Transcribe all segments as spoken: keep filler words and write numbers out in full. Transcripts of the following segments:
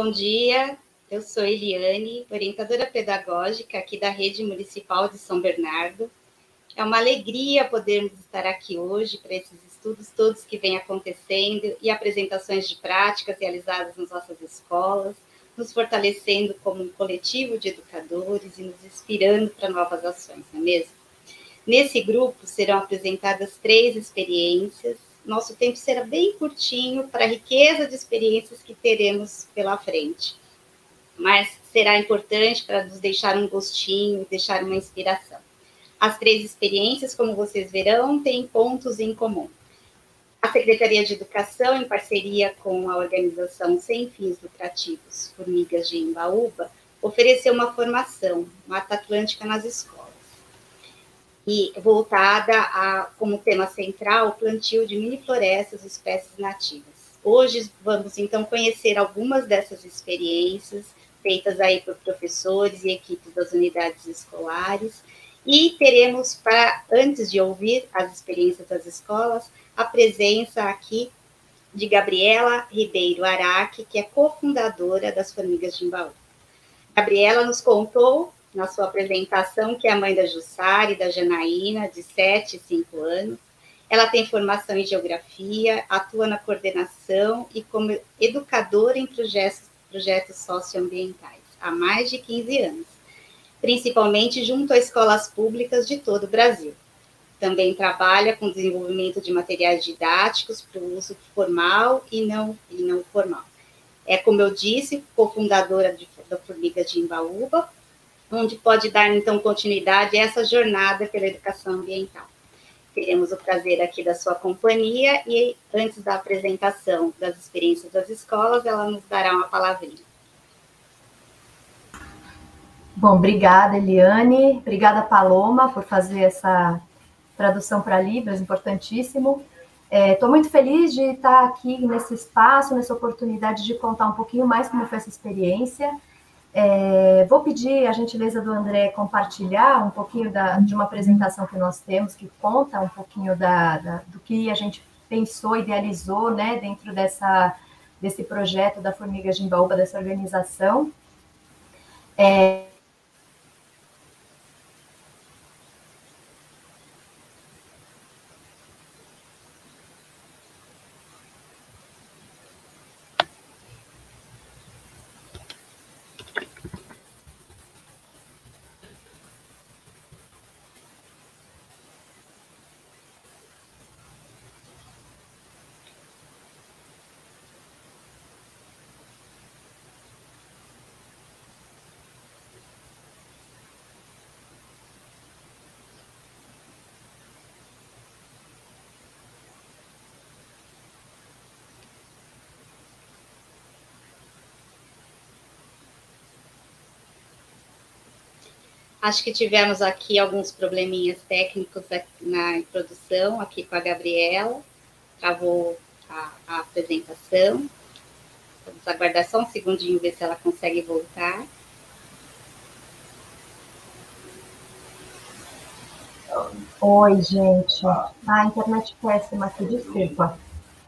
bom dia. Eu sou Eliane, orientadora pedagógica aqui da Rede Municipal de São Bernardo. É uma alegria podermos estar aqui hoje para esses estudos todos que vêm acontecendo e apresentações de práticas realizadas nas nossas escolas, nos fortalecendo como um coletivo de educadores e nos inspirando para novas ações, não é mesmo? Nesse grupo serão apresentadas três experiências. Nosso tempo será bem curtinho para a riqueza de experiências que teremos pela frente, mas será importante para nos deixar um gostinho, deixar uma inspiração. As três experiências, como vocês verão, têm pontos em comum. A Secretaria de Educação, em parceria com a organização sem fins lucrativos Formigas de Embaúba, ofereceu uma formação, Mata Atlântica nas escolas, e voltada a, como tema central, o plantio de mini-florestas e espécies nativas. Hoje vamos, então, conhecer algumas dessas experiências, feitas aí por professores e equipes das unidades escolares, e teremos, para, antes de ouvir as experiências das escolas, a presença aqui de Gabriela Ribeiro Araque, que é cofundadora das Formigas de Embaúba. Gabriela nos contou, na sua apresentação, que é a mãe da Jussara e da Janaína, de sete e cinco anos. Ela tem formação em geografia, atua na coordenação e como educadora em projetos, projetos socioambientais há mais de quinze anos, principalmente junto a escolas públicas de todo o Brasil. Também trabalha com desenvolvimento de materiais didáticos para o uso formal e não, e não formal. É, como eu disse, cofundadora de, da Formigas de Embaúba, onde pode dar, então, continuidade a essa jornada pela educação ambiental. Teremos o prazer aqui da sua companhia e, antes da apresentação das experiências das escolas, ela nos dará uma palavrinha. Bom, obrigada, Eliane. Obrigada, Paloma, por fazer essa tradução para Libras, importantíssimo. Estou é, muito feliz de estar aqui nesse espaço, nessa oportunidade de contar um pouquinho mais como foi essa experiência. É, vou pedir a gentileza do André compartilhar um pouquinho da, de uma apresentação que nós temos, que conta um pouquinho da, da, do que a gente pensou, idealizou, né, dentro dessa, desse projeto da Formigas de Embaúba, dessa organização. É, Acho que tivemos aqui alguns probleminhas técnicos na introdução, aqui com a Gabriela. Travou a, a apresentação. Vamos aguardar só um segundinho, ver se ela consegue voltar. Oi, gente. A internet péssima aqui, desculpa.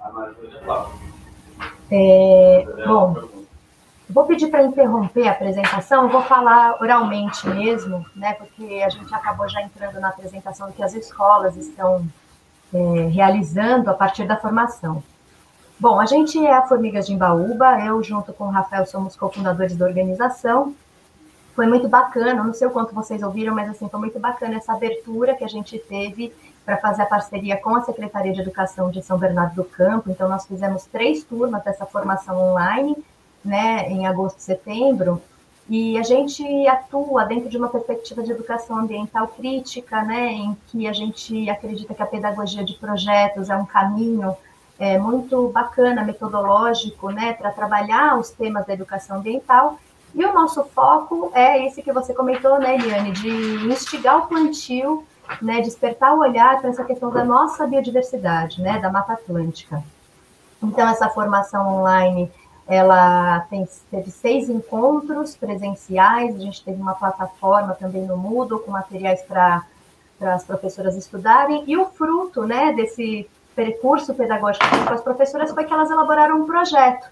É, bom... Vou pedir para interromper a apresentação, eu vou falar oralmente mesmo, né, porque a gente acabou já entrando na apresentação que as escolas estão é, realizando a partir da formação. Bom, a gente é a Formigas de Embaúba, eu junto com o Rafael somos cofundadores da organização. Foi muito bacana, não sei o quanto vocês ouviram, mas assim, foi muito bacana essa abertura que a gente teve para fazer a parceria com a Secretaria de Educação de São Bernardo do Campo. Então, nós fizemos três turmas dessa formação online, né, em agosto e setembro, e a gente atua dentro de uma perspectiva de educação ambiental crítica, né, em que a gente acredita que a pedagogia de projetos é um caminho é, muito bacana, metodológico, né, para trabalhar os temas da educação ambiental, e o nosso foco é esse que você comentou, né, Eliane, de instigar o plantio, né, despertar o olhar para essa questão da nossa biodiversidade, né, da Mata Atlântica. Então, essa formação online, ela tem, teve seis encontros presenciais, a gente teve uma plataforma também no Moodle, com materiais para as professoras estudarem, e o fruto, né, desse percurso pedagógico com as professoras foi que elas elaboraram um projeto,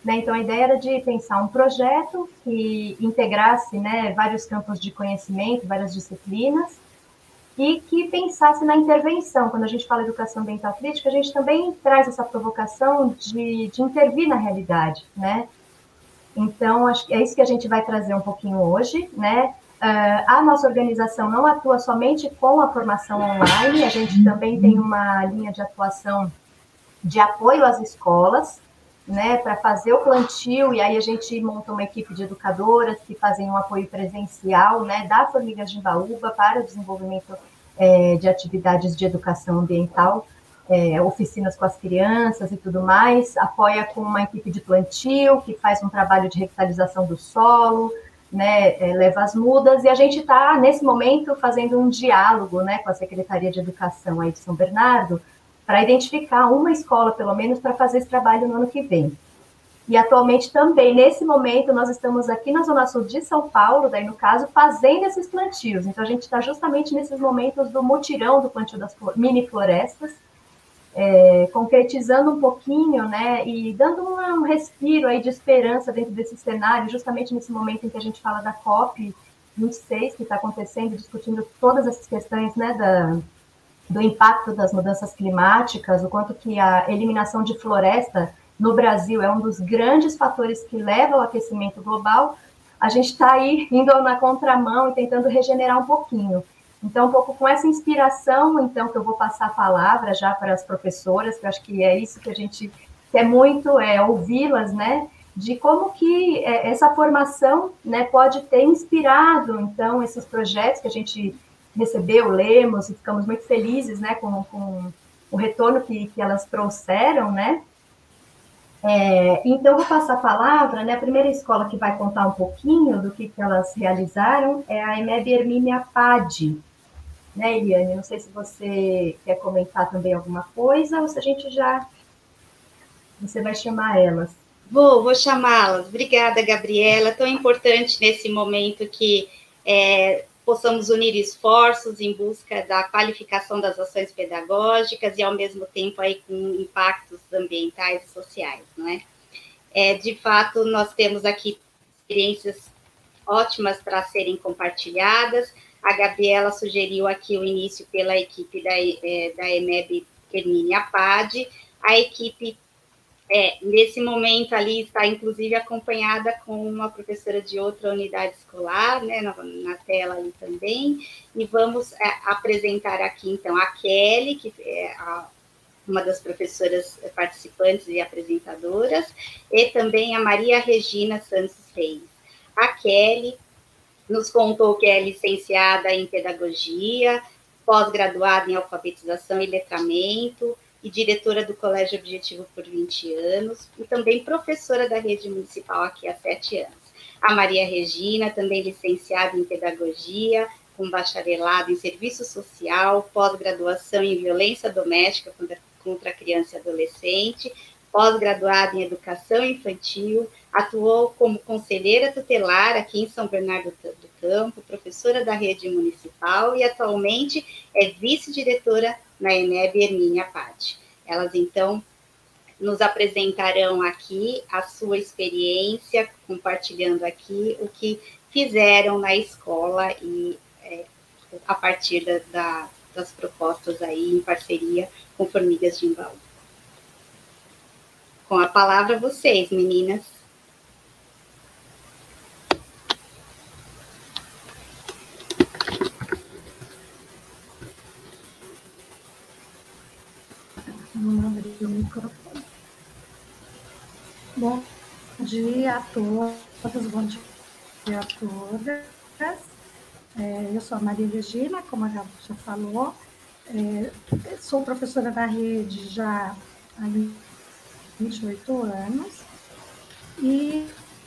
Né? Então, a ideia era de pensar um projeto que integrasse, né, vários campos de conhecimento, várias disciplinas, e que pensasse na intervenção. Quando a gente fala educação ambiental crítica, a gente também traz essa provocação de, de intervir na realidade, né? Então, acho que é isso que a gente vai trazer um pouquinho hoje, né? Uh, a nossa organização não atua somente com a formação online, a gente também tem uma linha de atuação de apoio às escolas, né, para fazer o plantio, e aí a gente monta uma equipe de educadoras que fazem um apoio presencial, né, da Formigas de Embaúba para o desenvolvimento é, de atividades de educação ambiental, é, oficinas com as crianças e tudo mais, apoia com uma equipe de plantio, que faz um trabalho de revitalização do solo, né, é, leva as mudas, e a gente está, nesse momento, fazendo um diálogo, né, com a Secretaria de Educação aí de São Bernardo, para identificar uma escola, pelo menos, para fazer esse trabalho no ano que vem. E, atualmente, também, nesse momento, nós estamos aqui na Zona Sul de São Paulo, daí, no caso, fazendo esses plantios. Então, a gente está justamente nesses momentos do mutirão do plantio das mini florestas, é, concretizando um pouquinho, né, e dando um respiro aí de esperança dentro desse cenário, justamente nesse momento em que a gente fala da COP vinte e seis, que está acontecendo, discutindo todas essas questões, né, da, do impacto das mudanças climáticas, o quanto que a eliminação de floresta no Brasil é um dos grandes fatores que leva ao aquecimento global, a gente está aí indo na contramão e tentando regenerar um pouquinho. Então, um pouco com essa inspiração, então, que eu vou passar a palavra já para as professoras, que eu acho que é isso que a gente quer muito, é ouvi-las, né, de como que essa formação, né, pode ter inspirado, então, esses projetos que a gente recebeu, lemos, e ficamos muito felizes, né, com, com o retorno que, que elas trouxeram, né. É, então, vou passar a palavra, né, a primeira escola que vai contar um pouquinho do que, que elas realizaram é a EMEB Hermínia Padi, né, Eliane? Não sei se você quer comentar também alguma coisa ou se a gente já... Você vai chamar elas. Vou, vou chamá-las. Obrigada, Gabriela. Tão importante nesse momento que é, possamos unir esforços em busca da qualificação das ações pedagógicas e, ao mesmo tempo, aí, com impactos ambientais e sociais, não é? É, de fato, nós temos aqui experiências ótimas para serem compartilhadas. A Gabriela sugeriu aqui o início pela equipe da, é, da EMEB Hermínia Padi. A equipe, é, nesse momento ali, está inclusive acompanhada com uma professora de outra unidade escolar, né, na, na tela ali também. E vamos é, apresentar aqui, então, a Kelly, que é a, uma das professoras participantes e apresentadoras, e também a Maria Regina Santos Reis. A Kelly nos contou que é licenciada em pedagogia, pós-graduada em alfabetização e letramento, e diretora do Colégio Objetivo por vinte anos, e também professora da rede municipal aqui há sete anos. A Maria Regina, também licenciada em pedagogia, com bacharelado em serviço social, pós-graduação em violência doméstica contra a criança e adolescente, pós-graduada em educação infantil, atuou como conselheira tutelar aqui em São Bernardo do Campo, professora da rede municipal e atualmente é vice-diretora na EMEB Hermínia Padi. Elas, então, nos apresentarão aqui a sua experiência, compartilhando aqui o que fizeram na escola e é, a partir da, da, das propostas aí em parceria com Formigas de Embaúba. Com a palavra vocês, meninas. Vamos abrir o microfone. Bom dia a todos, bom dia a todas. É, eu sou a Maria Regina, como a Gabi já falou. É, sou professora da rede já há vinte e oito anos. E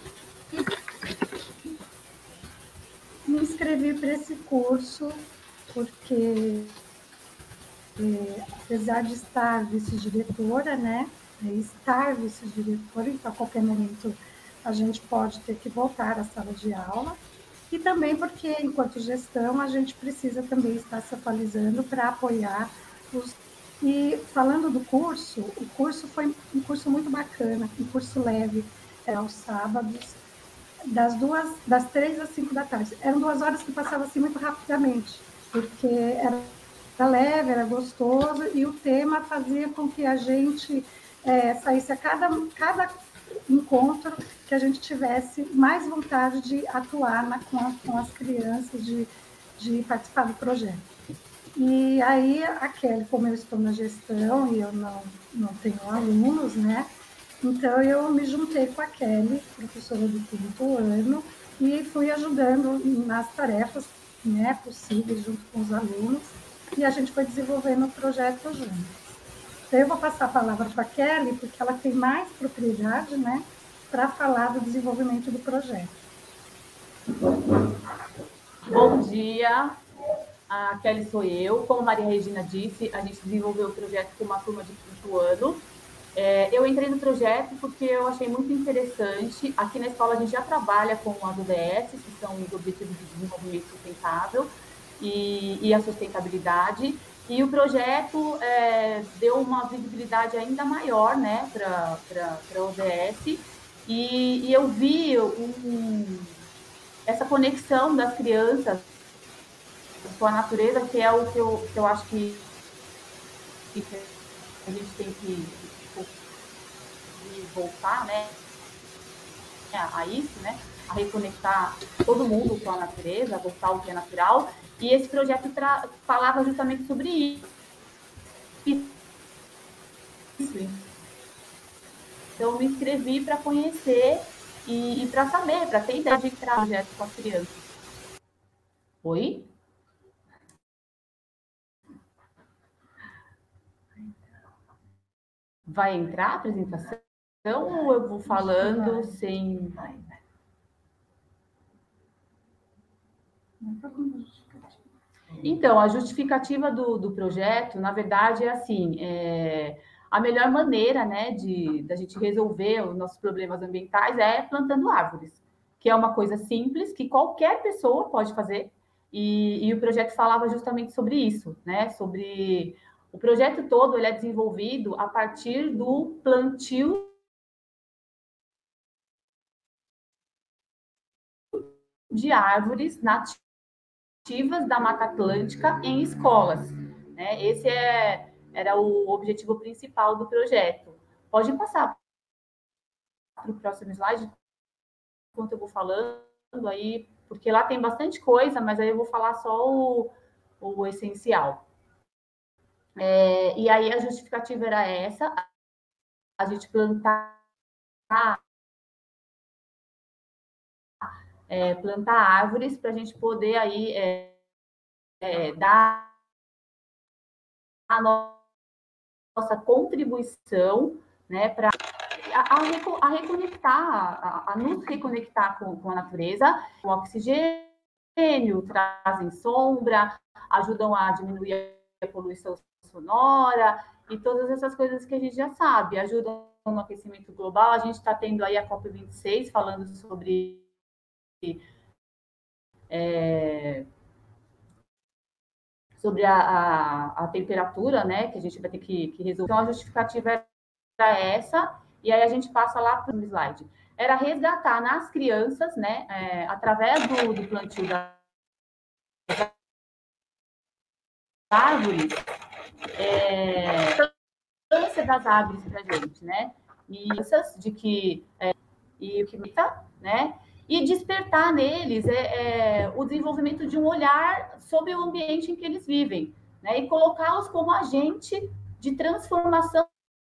me inscrevi para esse curso porque, é, apesar de estar vice-diretora, né, estar vice-diretora, então a qualquer momento a gente pode ter que voltar à sala de aula, e também porque, enquanto gestão, a gente precisa também estar se atualizando para apoiar os... E falando do curso, o curso foi um curso muito bacana, um curso leve, é, aos sábados, das duas, das três às cinco da tarde. Eram duas horas que passavam assim muito rapidamente, porque era leve, era gostoso, e o tema fazia com que a gente é, saísse a cada, cada encontro que a gente tivesse mais vontade de atuar na, com, a, com as crianças, de, de participar do projeto. E aí a Kelly, como eu estou na gestão e eu não, não tenho alunos, né? Então eu me juntei com a Kelly, professora do quinto ano, e fui ajudando nas tarefas, né, possíveis junto com os alunos, e a gente foi desenvolvendo o projeto juntos. Então eu vou passar a palavra para a Kelly, porque ela tem mais propriedade, né, para falar do desenvolvimento do projeto. Bom dia, a Kelly sou eu. Como a Maria Regina disse, a gente desenvolveu o projeto com uma turma de quinto ano. É, eu entrei no projeto porque eu achei muito interessante. Aqui na escola a gente já trabalha com as O D S, que são os Objetivos de Desenvolvimento Sustentável, e, e a sustentabilidade. E o projeto é, deu uma visibilidade ainda maior, né, para a O D S. E, e eu vi um, essa conexão das crianças com a natureza, que é o que eu, que eu acho que, que a gente tem que voltar, né, a isso, né, a reconectar todo mundo com a natureza, voltar ao que é natural. E esse projeto falava justamente sobre isso. Então, eu me inscrevi para conhecer e, e para saber, para ter ideia de entrar no projeto com as crianças. Oi? Vai entrar a apresentação ou eu vou falando sem... Então, a justificativa do, do projeto, na verdade, é assim, é, a melhor maneira, né, de da gente resolver os nossos problemas ambientais é plantando árvores, que é uma coisa simples, que qualquer pessoa pode fazer, e, e o projeto falava justamente sobre isso, né, sobre... O projeto todo ele é desenvolvido a partir do plantio de árvores nativas da Mata Atlântica em escolas, né? Esse é, era o objetivo principal do projeto. Pode passar para o próximo slide, enquanto eu vou falando aí, porque lá tem bastante coisa, mas aí eu vou falar só o, o essencial. É, e aí a justificativa era essa, a gente plantar, é, plantar árvores para a gente poder aí é, é, dar a nossa contribuição, né, para a, a, a reconectar, a, a nos reconectar com, com a natureza, o oxigênio, trazem sombra, ajudam a diminuir a poluição sonora e todas essas coisas que a gente já sabe, ajudam no aquecimento global. A gente está tendo aí a COP vinte e seis falando sobre é, sobre a, a, a temperatura, né, que a gente vai ter que, que resolver. Então, a justificativa era essa, e aí a gente passa lá para o slide. Era resgatar nas crianças, né, é, através do, do plantio das árvores, é, a importância das árvores para a gente, né, e de que, é, e o que né, e despertar neles é, é, o desenvolvimento de um olhar sobre o ambiente em que eles vivem, né, e colocá-los como agente de transformação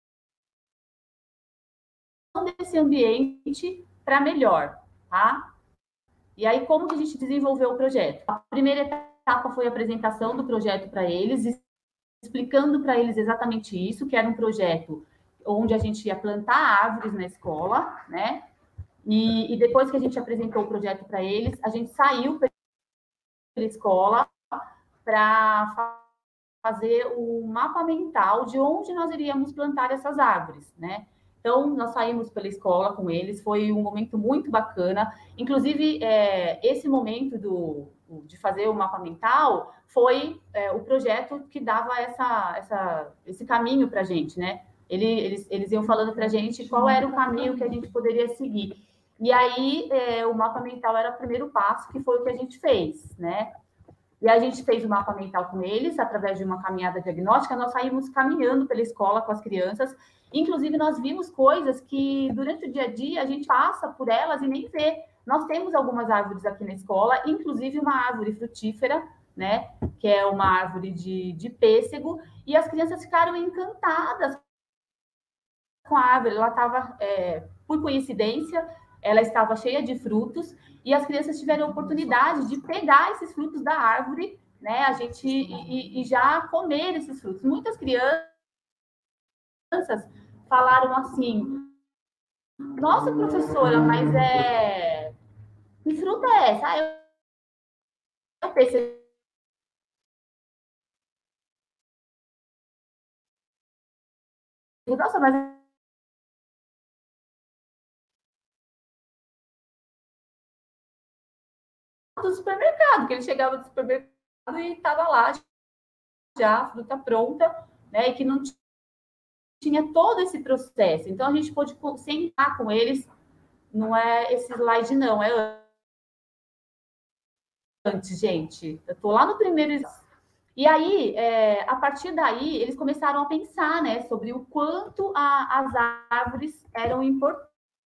desse ambiente para melhor, tá? E aí, como que a gente desenvolveu o projeto? A primeira etapa foi a apresentação do projeto para eles, explicando para eles exatamente isso, que era um projeto onde a gente ia plantar árvores na escola, né? E, e depois que a gente apresentou o projeto para eles, a gente saiu pela escola para fazer o mapa mental de onde nós iríamos plantar essas árvores, né? Então, nós saímos pela escola com eles, foi um momento muito bacana. Inclusive, é, esse momento do, de fazer o mapa mental foi é, o projeto que dava essa, essa, esse caminho para a gente, né? ele, eles, eles iam falando para a gente qual era o caminho que a gente poderia seguir. E aí, é, o mapa mental era o primeiro passo, que foi o que a gente fez, né? E a gente fez o mapa mental com eles, através de uma caminhada diagnóstica, nós saímos caminhando pela escola com as crianças, inclusive nós vimos coisas que, durante o dia a dia, a gente passa por elas e nem vê. Nós temos algumas árvores aqui na escola, inclusive uma árvore frutífera, né, que é uma árvore de, de pêssego, e as crianças ficaram encantadas com a árvore. Ela estava, é, por coincidência, ela estava cheia de frutos, e as crianças tiveram a oportunidade de pegar esses frutos da árvore, né, a gente, e, e já comer esses frutos. Muitas crianças falaram assim: nossa, professora, mas é... que fruta é essa? Ah, eu... eu pensei... Nossa, mas... do supermercado, que ele chegava do supermercado e estava lá já a fruta pronta, né, e que não tinha todo esse processo. Então, a gente pôde sentar com eles, não é esse slide não, é antes, gente. Eu estou lá no primeiro... E aí, é, a partir daí, eles começaram a pensar, né, sobre o quanto a, as árvores eram importantes.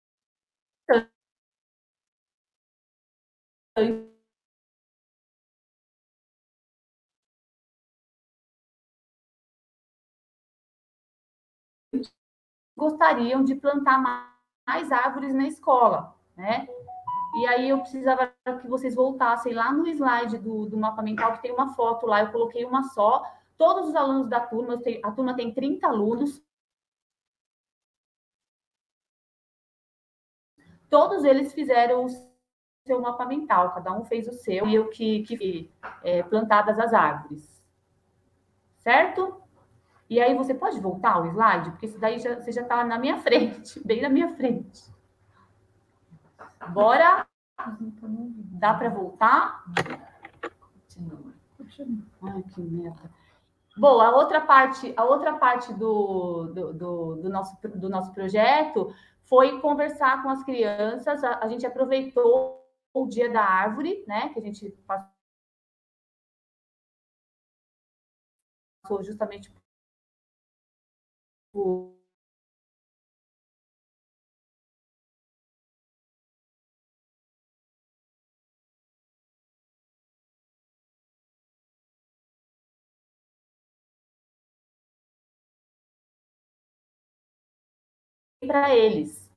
Gostariam de plantar mais árvores na escola, né? E aí eu precisava que vocês voltassem lá no slide do, do mapa mental, que tem uma foto lá, eu coloquei uma só. Todos os alunos da turma, a turma tem trinta alunos, todos eles fizeram o seu mapa mental, cada um fez o seu, e eu que, que é, plantadas as árvores. Certo? E aí você pode voltar o slide? Porque isso daí já, você já está na minha frente, bem na minha frente. Bora? Dá para voltar? Continua. Ai, que merda. Bom, a outra parte, a outra parte do, do, do, do, nosso, do nosso projeto foi conversar com as crianças. A, a gente aproveitou o dia da árvore, né? Que a gente passou justamente por para eles.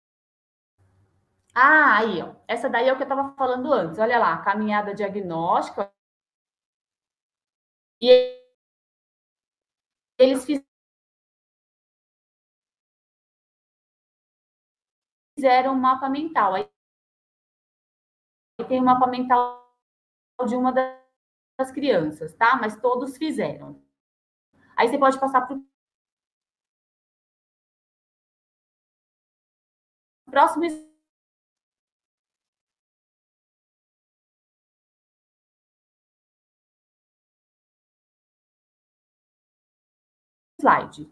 Ah, aí, ó. Essa daí é o que eu estava falando antes. Olha lá, caminhada diagnóstica. E eles fizeram um mapa mental. Aí tem um mapa mental de uma das crianças, tá? Mas todos fizeram. Aí você pode passar para o próximo slide.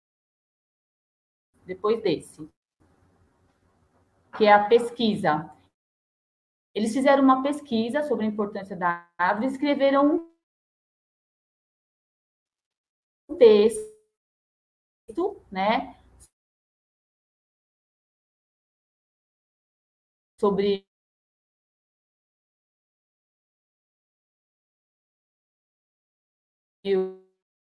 Depois desse. Que é a pesquisa. Eles fizeram uma pesquisa sobre a importância da árvore e escreveram um texto, né? Sobre o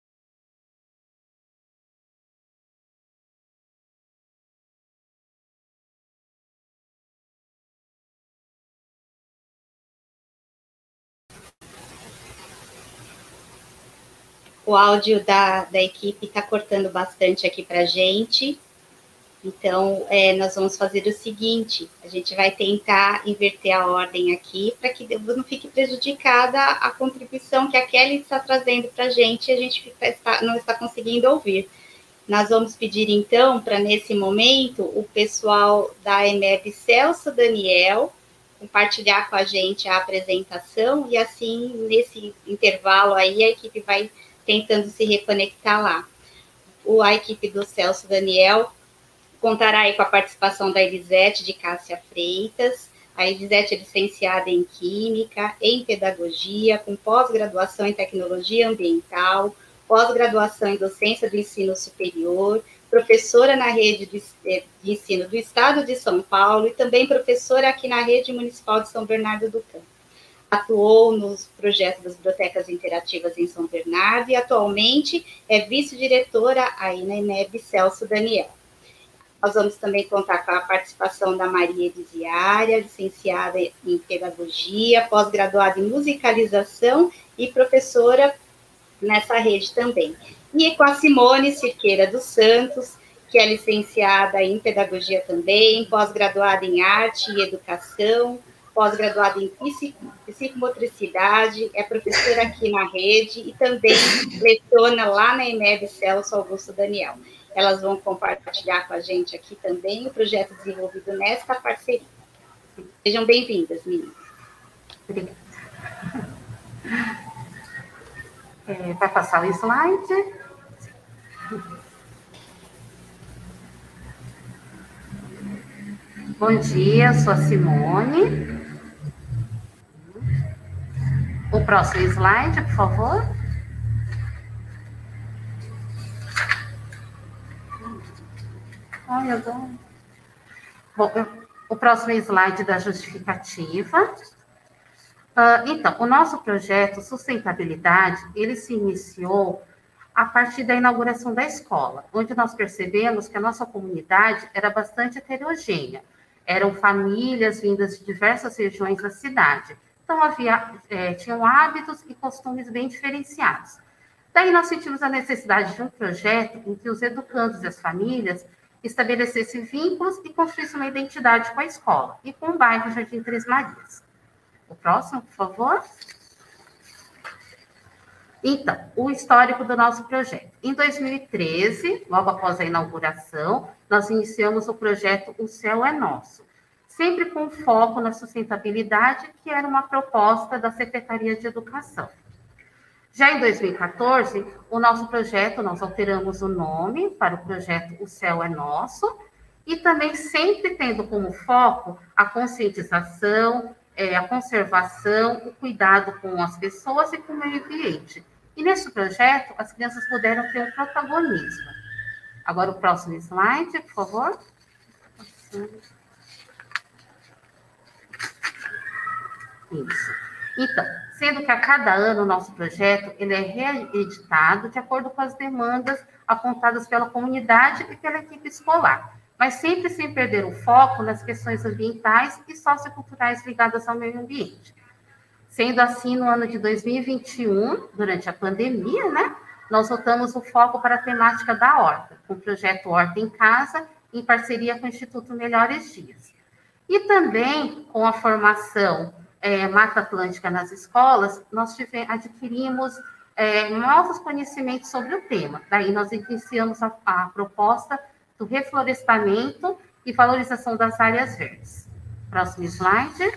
O áudio da, da equipe está cortando bastante aqui para a gente. Então, é, nós vamos fazer o seguinte, a gente vai tentar inverter a ordem aqui para que não fique prejudicada a contribuição que a Kelly está trazendo para a gente e a gente fica, está, não está conseguindo ouvir. Nós vamos pedir, então, para nesse momento, o pessoal da E M E B Celso Daniel compartilhar com a gente a apresentação e assim, nesse intervalo aí, a equipe vai tentando se reconectar lá. a equipe do Celso Daniel contará aí com a participação da Elisete de Cássia Freitas. A Elisete é licenciada em Química, em Pedagogia, com pós-graduação em Tecnologia Ambiental, pós-graduação em Docência do Ensino Superior, professora na rede de ensino do Estado de São Paulo e também professora aqui na Rede Municipal de São Bernardo do Campo. Atuou nos projetos das bibliotecas interativas em São Bernardo e atualmente é vice-diretora aí na ENEB Celso Daniel. Nós vamos também contar com a participação da Maria Elisiária, licenciada em Pedagogia, pós-graduada em Musicalização e professora nessa rede também. E com a Simone Cirqueira dos Santos, que é licenciada em Pedagogia também, pós-graduada em Arte e Educação, pós-graduada em Psicomotricidade, é professora aqui na rede e também leciona lá na ENEB Celso Augusto Daniel. Elas vão compartilhar com a gente aqui também o projeto desenvolvido nesta parceria. Sejam bem-vindas, meninas. Obrigada. É, vai passar o slide. Bom dia, sou a Simone. O próximo slide, por favor. Ai, eu dou... Bom, o próximo slide da justificativa. Uh, então, o nosso projeto Sustentabilidade, ele se iniciou a partir da inauguração da escola, onde nós percebemos que a nossa comunidade era bastante heterogênea. Eram famílias vindas de diversas regiões da cidade. Então, havia, é, tinham hábitos e costumes bem diferenciados. Daí, nós sentimos a necessidade de um projeto em que os educandos e as famílias estabelecessem vínculos e construíssem uma identidade com a escola e com o bairro Jardim Três Marias. O próximo, por favor. Então, o histórico do nosso projeto. Em dois mil e treze, logo após a inauguração, nós iniciamos o projeto O Céu é Nosso, sempre com foco na sustentabilidade, que era uma proposta da Secretaria de Educação. Já em dois mil e quatorze, o nosso projeto, nós alteramos o nome para o projeto O Céu é Nosso, e também sempre tendo como foco a conscientização, é, a conservação, o cuidado com as pessoas e com o meio ambiente. E nesse projeto, as crianças puderam ter um protagonismo. Agora, o próximo slide, por favor. Isso. Então, sendo que a cada ano o nosso projeto ele é reeditado de acordo com as demandas apontadas pela comunidade e pela equipe escolar, mas sempre sem perder o foco nas questões ambientais e socioculturais ligadas ao meio ambiente. Sendo assim, no ano de dois mil e vinte e um, durante a pandemia, né, nós voltamos o foco para a temática da horta, com o projeto Horta em Casa, em parceria com o Instituto Melhores Dias. E também com a formação É, Mata Atlântica nas escolas, nós tivemos, adquirimos é, novos conhecimentos sobre o tema. Daí nós iniciamos a, a proposta do reflorestamento e valorização das áreas verdes. Próximo slide.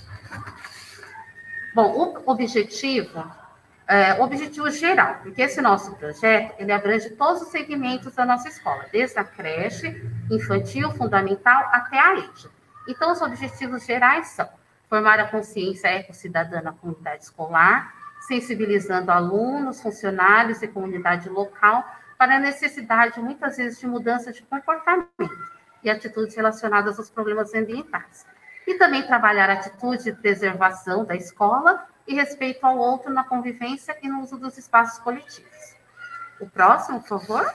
Bom, o objetivo, é, o objetivo geral, porque esse nosso projeto, ele abrange todos os segmentos da nossa escola, desde a creche, infantil, fundamental, até a rede. Então, os objetivos gerais são formar a consciência eco-cidadã na comunidade escolar, sensibilizando alunos, funcionários e comunidade local para a necessidade, muitas vezes, de mudança de comportamento e atitudes relacionadas aos problemas ambientais. E também trabalhar atitudes de preservação da escola e respeito ao outro na convivência e no uso dos espaços coletivos. O próximo, por favor.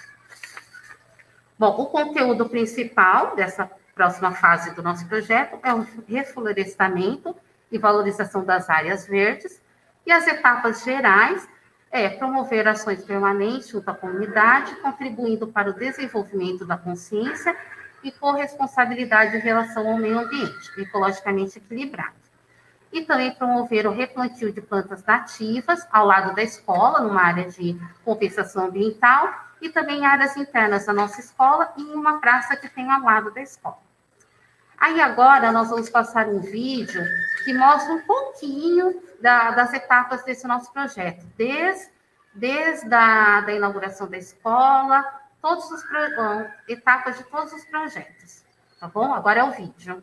Bom, o conteúdo principal dessa próxima fase do nosso projeto é o reflorestamento e valorização das áreas verdes, e as etapas gerais é promover ações permanentes junto à comunidade, contribuindo para o desenvolvimento da consciência e corresponsabilidade em relação ao meio ambiente, ecologicamente equilibrado. E também promover o replantio de plantas nativas ao lado da escola, numa área de compensação ambiental, e também áreas internas da nossa escola e em uma praça que tem ao lado da escola. Aí agora nós vamos passar um vídeo que mostra um pouquinho da, das etapas desse nosso projeto, desde desde a da inauguração da escola, todas as etapas de todos os projetos. Tá bom? Agora é o vídeo.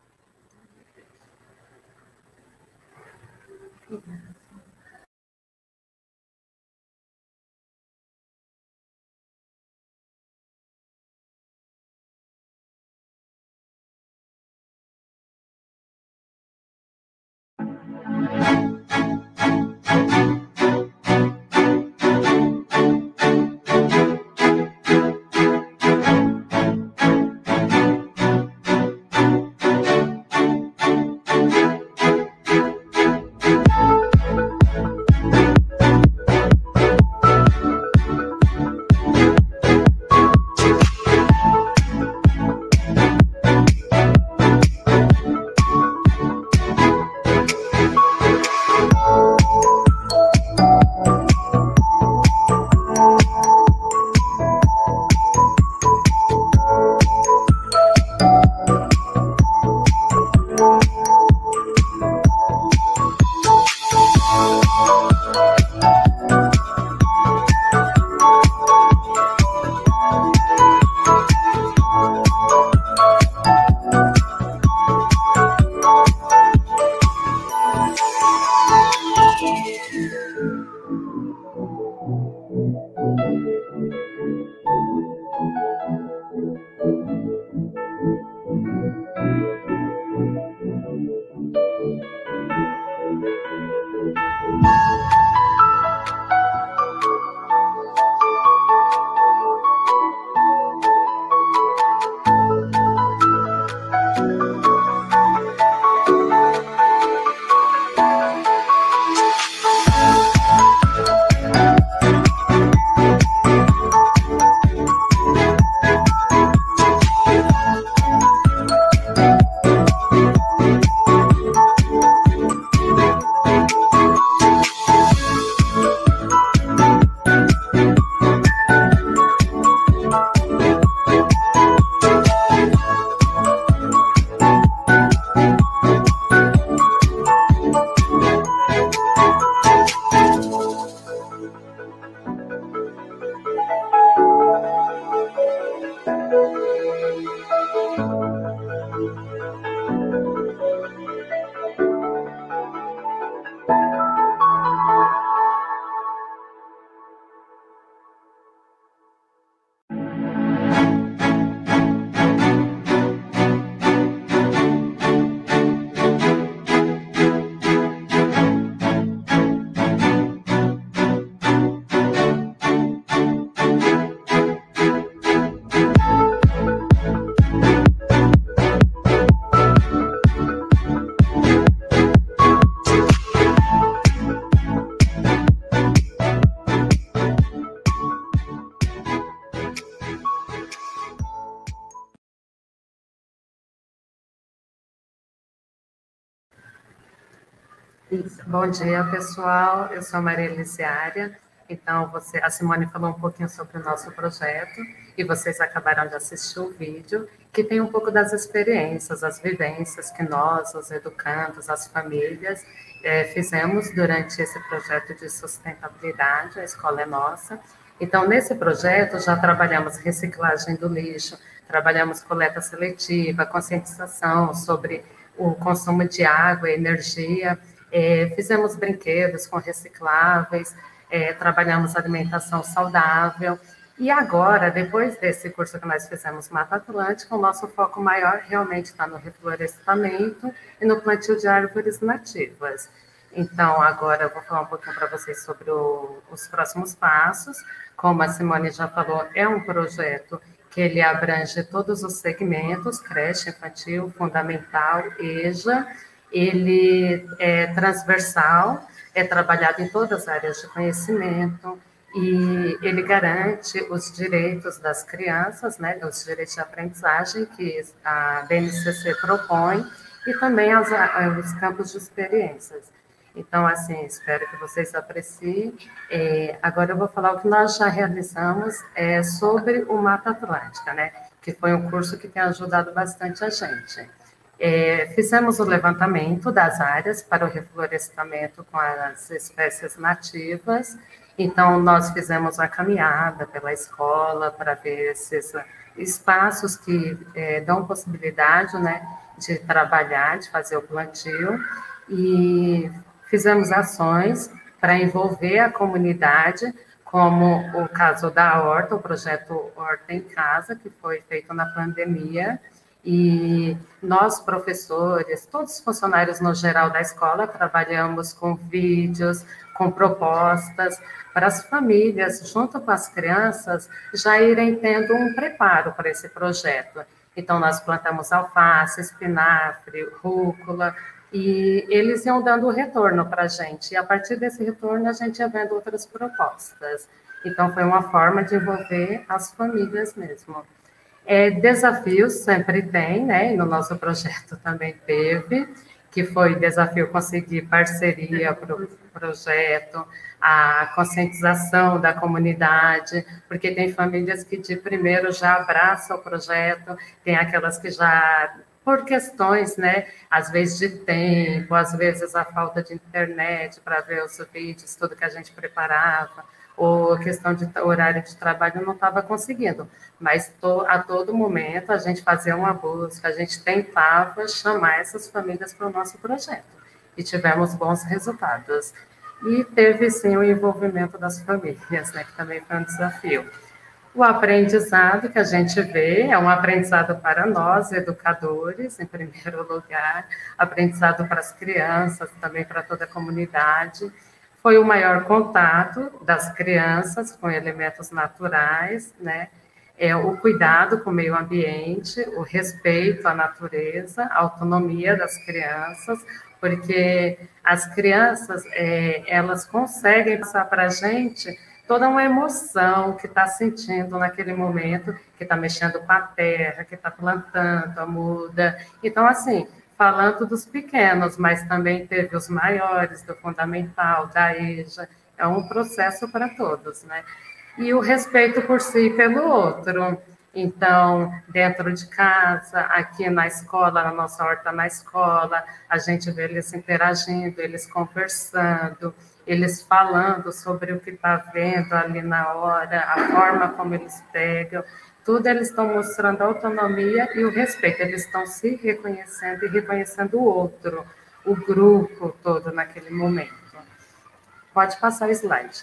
Isso. Bom dia, pessoal. Eu sou a Maria Elisiária. Então, você, a Simone falou um pouquinho sobre o nosso projeto e vocês acabaram de assistir o vídeo, que tem um pouco das experiências, as vivências que nós, os educandos, as famílias, é, fizemos durante esse projeto de sustentabilidade, a Escola é Nossa. Então, nesse projeto, já trabalhamos reciclagem do lixo, trabalhamos coleta seletiva, conscientização sobre o consumo de água e energia, é, fizemos brinquedos com recicláveis, é, trabalhamos alimentação saudável, e agora, depois desse curso que nós fizemos Mata Atlântica, o nosso foco maior realmente está no reflorestamento e no plantio de árvores nativas. Então, agora eu vou falar um pouquinho para vocês sobre o, os próximos passos. Como a Simone já falou, é um projeto que ele abrange todos os segmentos, creche, infantil, fundamental, E J A. Ele é transversal, é trabalhado em todas as áreas de conhecimento e ele garante os direitos das crianças, né, os direitos de aprendizagem que a B N C C propõe e também as, os campos de experiências. Então, assim, espero que vocês apreciem. É, agora eu vou falar o que nós já realizamos é, sobre o Mata Atlântica, né, que foi um curso que tem ajudado bastante a gente. É, fizemos o levantamento das áreas para o reflorestamento com as espécies nativas. Então, nós fizemos a caminhada pela escola para ver esses espaços que é, dão possibilidade, né, de trabalhar, de fazer o plantio, e fizemos ações para envolver a comunidade, como o caso da horta, o projeto Horta em Casa, que foi feito na pandemia, e nós, professores, todos os funcionários no geral da escola, trabalhamos com vídeos, com propostas, para as famílias, junto com as crianças, já irem tendo um preparo para esse projeto. Então, nós plantamos alface, espinafre, rúcula, e eles iam dando retorno para a gente. E, a partir desse retorno, a gente ia vendo outras propostas. Então, foi uma forma de envolver as famílias mesmo. É, desafios sempre tem, né? E no nosso projeto também teve, que foi desafio conseguir parceria para o projeto, a conscientização da comunidade, porque tem famílias que de primeiro já abraçam o projeto, tem aquelas que já, por questões, né, às vezes de tempo, às vezes a falta de internet para ver os vídeos, tudo que a gente preparava, ou questão de horário de trabalho, não estava conseguindo. Mas to, a todo momento a gente fazia uma busca, a gente tentava chamar essas famílias para o nosso projeto. E tivemos bons resultados. E teve, sim, o envolvimento das famílias, né, que também foi um desafio. O aprendizado que a gente vê é um aprendizado para nós, educadores, em primeiro lugar, aprendizado para as crianças, também para toda a comunidade. Foi o maior contato das crianças com elementos naturais, né? É, o cuidado com o meio ambiente, o respeito à natureza, a autonomia das crianças, porque as crianças, é, elas conseguem passar para a gente toda uma emoção que está sentindo naquele momento, que está mexendo com a terra, que está plantando a muda. Então, assim, falando dos pequenos, mas também teve os maiores, do fundamental, da E J A, é um processo para todos, né? E o respeito por si e pelo outro. Então, dentro de casa, aqui na escola, na nossa horta na escola, a gente vê eles interagindo, eles conversando, eles falando sobre o que está vendo ali na hora, a forma como eles pegam, tudo eles estão mostrando a autonomia e o respeito, eles estão se reconhecendo e reconhecendo o outro, o grupo todo naquele momento. Pode passar o slide.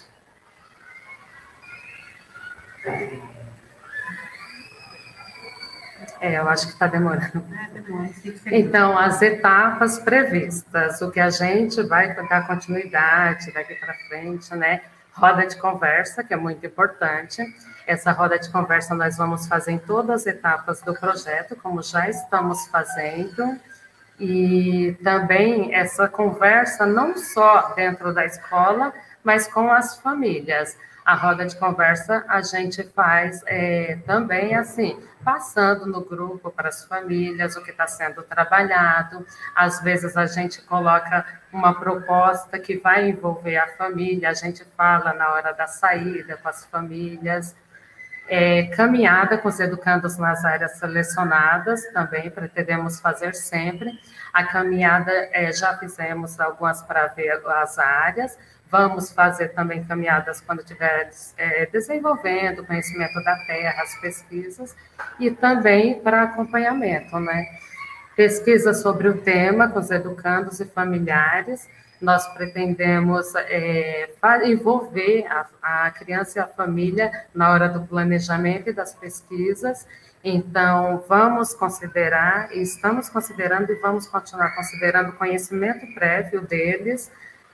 É, eu acho que está demorando. Então, as etapas previstas, o que a gente vai dar continuidade daqui para frente, né? Roda de conversa, que é muito importante. Essa roda de conversa nós vamos fazer em todas as etapas do projeto, como já estamos fazendo. E também essa conversa não só dentro da escola, mas com as famílias. A roda de conversa a gente faz é, também assim, passando no grupo para as famílias o que está sendo trabalhado. Às vezes a gente coloca uma proposta que vai envolver a família, a gente fala na hora da saída com as famílias. É, caminhada com os educandos nas áreas selecionadas, também pretendemos fazer sempre. A caminhada, é, já fizemos algumas para ver as áreas, vamos fazer também caminhadas quando estiver é, desenvolvendo o conhecimento da terra, as pesquisas, e também para acompanhamento, né? Pesquisa sobre o tema com os educandos e familiares. Nós pretendemos é, envolver a, a criança e a família na hora do planejamento e das pesquisas. Então, vamos considerar, e estamos considerando e vamos continuar considerando o conhecimento prévio deles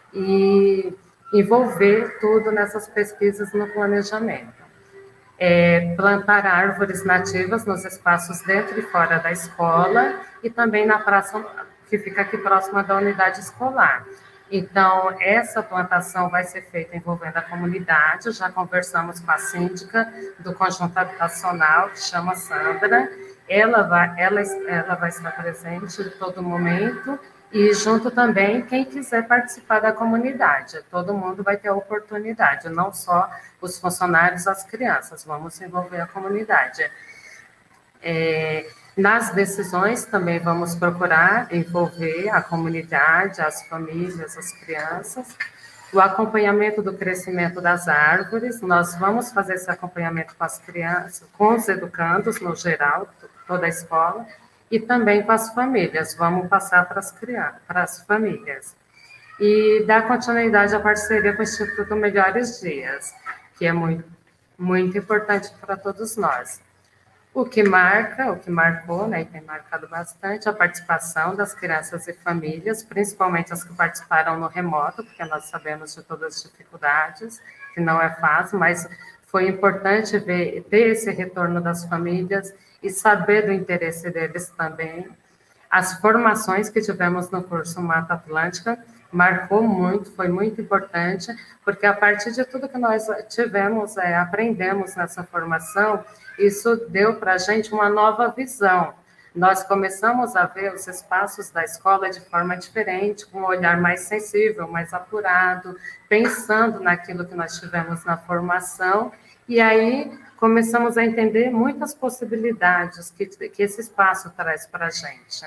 e envolver tudo nessas pesquisas no planejamento. É, plantar árvores nativas nos espaços dentro e fora da escola e também na praça que fica aqui próxima da unidade escolar. Então, essa plantação vai ser feita envolvendo a comunidade, já conversamos com a síndica do conjunto habitacional, que chama Sandra, ela vai, ela, ela vai estar presente em todo momento, e junto também quem quiser participar da comunidade, todo mundo vai ter a oportunidade, não só os funcionários, as crianças, vamos envolver a comunidade. É, Nas decisões também vamos procurar envolver a comunidade, as famílias, as crianças. O acompanhamento do crescimento das árvores, nós vamos fazer esse acompanhamento com as crianças, com os educandos no geral, toda a escola, e também com as famílias, vamos passar para as crianças, para as famílias. E dar continuidade à parceria com o Instituto Melhores Dias, que é muito, muito importante para todos nós. O que marca, o que marcou, né, e tem marcado bastante, a participação das crianças e famílias, principalmente as que participaram no remoto, porque nós sabemos de todas as dificuldades, que não é fácil, mas foi importante ver, ter esse retorno das famílias e saber do interesse deles também. As formações que tivemos no curso Mata Atlântica marcou muito, foi muito importante, porque a partir de tudo que nós tivemos, é, aprendemos nessa formação, isso deu para a gente uma nova visão. Nós começamos a ver os espaços da escola de forma diferente, com um olhar mais sensível, mais apurado, pensando naquilo que nós tivemos na formação, e aí começamos a entender muitas possibilidades que, que esse espaço traz para a gente.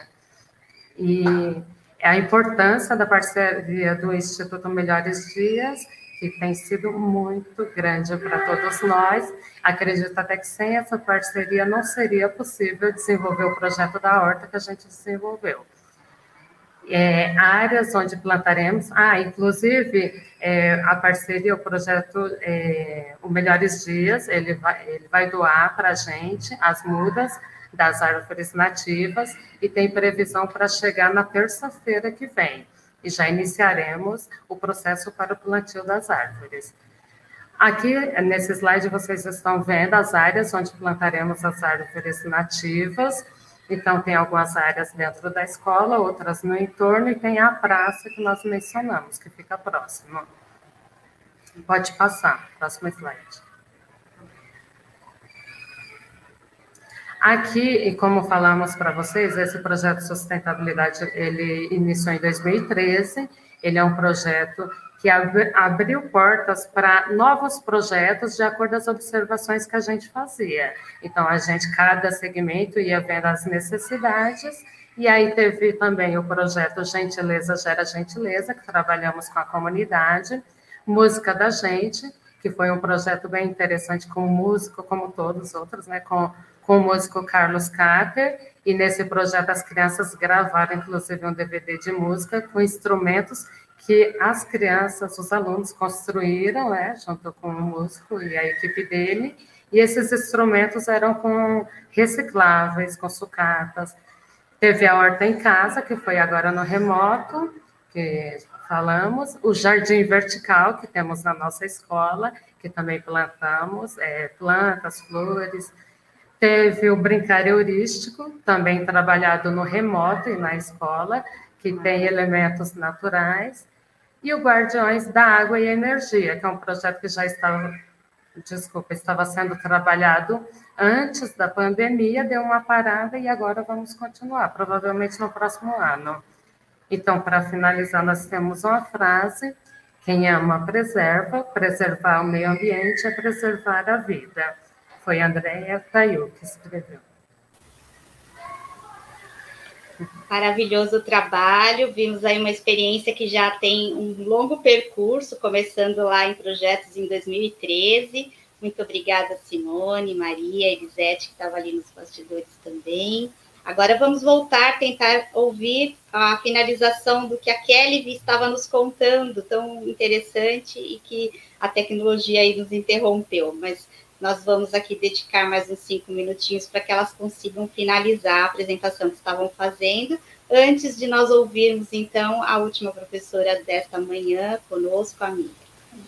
E a importância da parceria do Instituto Melhores Dias, que tem sido muito grande para todos nós. Acredito até que sem essa parceria não seria possível desenvolver o projeto da horta que a gente desenvolveu. É, áreas onde plantaremos, ah, inclusive é, a parceria, o projeto, é, o Melhores Dias, ele vai, ele vai doar para a gente as mudas das árvores nativas e tem previsão para chegar na terça-feira que vem. E já iniciaremos o processo para o plantio das árvores. Aqui, nesse slide, vocês estão vendo as áreas onde plantaremos as árvores nativas. Então, tem algumas áreas dentro da escola, outras no entorno, e tem a praça que nós mencionamos, que fica próximo. Pode passar, próximo slide. Aqui, e como falamos para vocês, esse projeto de sustentabilidade, ele iniciou em dois mil e treze, ele é um projeto que ab- abriu portas para novos projetos de acordo com as observações que a gente fazia. Então, a gente, cada segmento ia vendo as necessidades, e aí teve também o projeto Gentileza Gera Gentileza, que trabalhamos com a comunidade, Música da Gente, que foi um projeto bem interessante com o músico, como todos os outros, né, com com o músico Carlos Cáter, e nesse projeto as crianças gravaram, inclusive, um D V D de música com instrumentos que as crianças, os alunos construíram, né, junto com o músico e a equipe dele, e esses instrumentos eram com recicláveis, com sucatas. Teve a Horta em Casa, que foi agora no remoto, que falamos, o Jardim Vertical, que temos na nossa escola, que também plantamos, é, plantas, flores. Teve o Brincar Heurístico, também trabalhado no remoto e na escola, que tem elementos naturais. E o Guardiões da Água e Energia, que é um projeto que já estava, desculpa, estava sendo trabalhado antes da pandemia, deu uma parada e agora vamos continuar, provavelmente no próximo ano. Então, para finalizar, nós temos uma frase: quem ama, preserva, preservar o meio ambiente é preservar a vida. Foi a Andréia Tayu que escreveu. Maravilhoso trabalho, vimos aí uma experiência que já tem um longo percurso, começando lá em projetos em dois mil e treze. Muito obrigada, Simone, Maria, Elisete, que estava ali nos bastidores também. Agora vamos voltar, tentar ouvir a finalização do que a Kelly estava nos contando, tão interessante, e que a tecnologia aí nos interrompeu, mas nós vamos aqui dedicar mais uns cinco minutinhos para que elas consigam finalizar a apresentação que estavam fazendo, antes de nós ouvirmos, então, a última professora desta manhã conosco, a Miriam.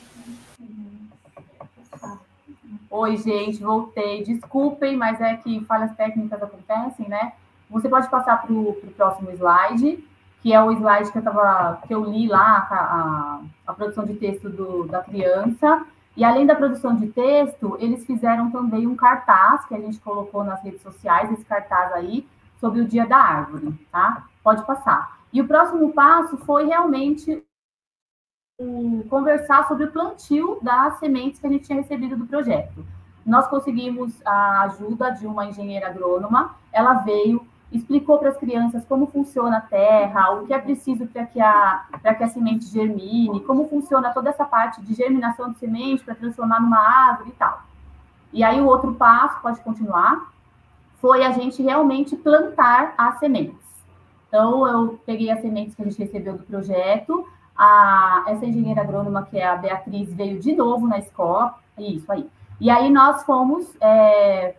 Oi, gente, voltei. Desculpem, mas é que falhas técnicas acontecem, né? Você pode passar para o próximo slide, que é o slide que eu, tava, que eu li lá, a, a, a produção de texto do, da criança. E além da produção de texto, eles fizeram também um cartaz que a gente colocou nas redes sociais, esse cartaz aí, sobre o Dia da Árvore, tá? Pode passar. E o próximo passo foi realmente um, conversar sobre o plantio das sementes que a gente tinha recebido do projeto. nós conseguimos a ajuda de uma engenheira agrônoma. Ela veio, explicou para as crianças como funciona a terra, o que é preciso para que a, para que a semente germine, como funciona toda essa parte de germinação de semente para transformar numa árvore e tal. E aí o outro passo, pode continuar, foi a gente realmente plantar as sementes. Então, eu peguei as sementes que a gente recebeu do projeto, a, essa engenheira agrônoma, que é a Beatriz, veio de novo na escola, isso aí. E aí nós fomos... É,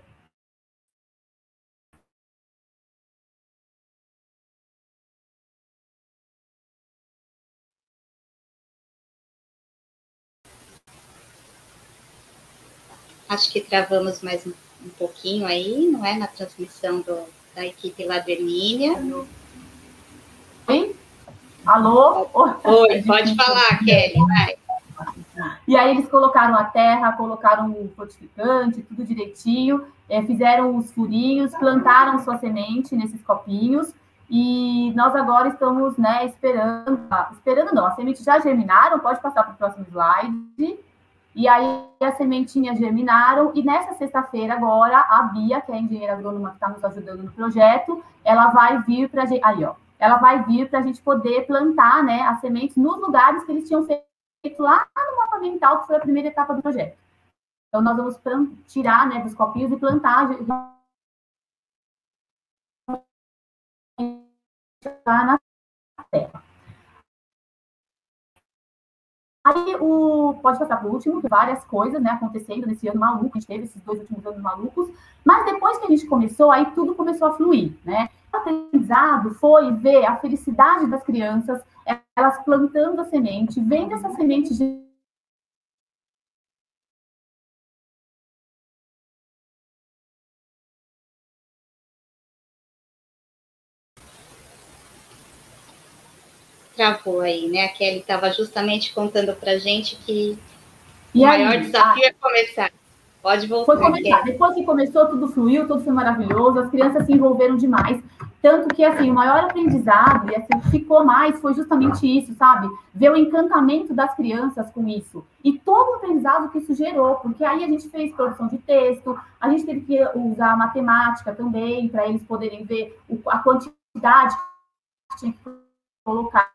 acho que travamos mais um, um pouquinho aí, não é? Na transmissão do, da equipe lá do Hermínia. Oi? Alô? Oi, pode falar, Kelly, vai. E aí eles colocaram a terra, colocaram o fortificante, tudo direitinho, é, fizeram os furinhos, plantaram sua semente nesses copinhos, e nós agora estamos, né, esperando, esperando não, as sementes já germinaram, pode passar para o próximo slide, e aí as sementinhas germinaram, e nessa sexta-feira agora, a Bia, que é a engenheira agrônoma que está nos ajudando no projeto, ela vai vir para a gente, aí ó, ela vai vir para a gente poder plantar, né, as sementes nos lugares que eles tinham feito lá no mapa ambiental, que foi a primeira etapa do projeto. Então, nós vamos tirar, né, dos copinhos e plantar na terra. Aí, o, pode passar para o último, várias coisas, né, acontecendo nesse ano maluco, a gente teve esses dois últimos anos malucos, mas depois que a gente começou, aí tudo começou a fluir, né? O aprendizado foi ver a felicidade das crianças, elas plantando a semente, vendo essa semente de Travou aí, né? A Kelly estava justamente contando para a gente que e o aí, maior desafio a... é começar. Pode voltar. Foi começar. Depois que começou, tudo fluiu, tudo foi maravilhoso, as crianças se envolveram demais. Tanto que, assim, o maior aprendizado, e assim, ficou mais, foi justamente isso, sabe? Ver o encantamento das crianças com isso. E todo o aprendizado que isso gerou, porque aí a gente fez produção de texto, a gente teve que usar a matemática também, para eles poderem ver a quantidade que tinha que colocar.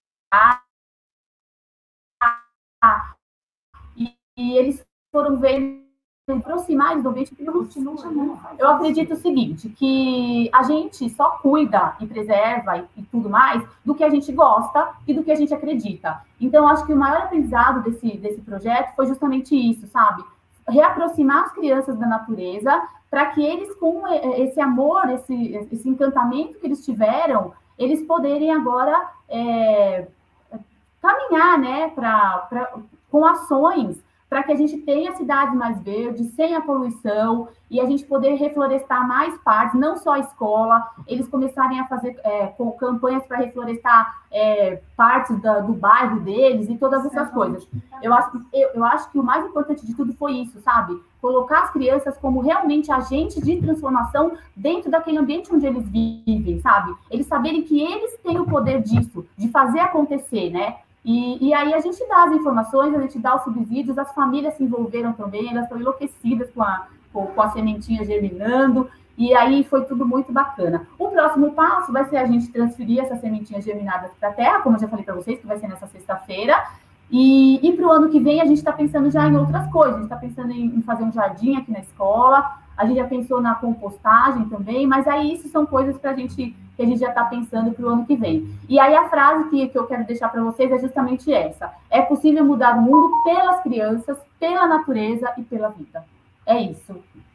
E, e eles foram vendo aproximar eles do vinte minutos. Eu acredito o seguinte, que a gente só cuida e preserva e, e tudo mais do que a gente gosta e do que a gente acredita. Então, acho que o maior aprendizado desse, desse projeto foi justamente isso, sabe? Reaproximar as crianças da natureza para que eles, com esse amor, esse, esse encantamento que eles tiveram, eles poderem agora é, caminhar, né, pra, pra, com ações para que a gente tenha cidades mais verdes, sem a poluição, e a gente poder reflorestar mais partes, não só a escola, eles começarem a fazer é, com campanhas para reflorestar é, partes da, do bairro deles e todas essas coisas. Eu acho, que, eu, eu acho que o mais importante de tudo foi isso, sabe? Colocar as crianças como realmente agentes de transformação dentro daquele ambiente onde eles vivem, sabe? Eles saberem que eles têm o poder disso, de fazer acontecer, né? E, e aí a gente dá as informações, a gente dá os subsídios, as famílias se envolveram também, elas estão enlouquecidas com a, com, com a sementinha germinando, e aí foi tudo muito bacana. O próximo passo vai ser a gente transferir essas sementinhas germinadas para a terra, como eu já falei para vocês, que vai ser nessa sexta-feira, e, e para o ano que vem a gente está pensando já em outras coisas, a gente está pensando em, em fazer um jardim aqui na escola, a gente já pensou na compostagem também, mas aí isso são coisas para a gente... que a gente já está pensando para o ano que vem. E aí a frase que, que eu quero deixar para vocês é justamente essa. É possível mudar o mundo pelas crianças, pela natureza e pela vida. É isso.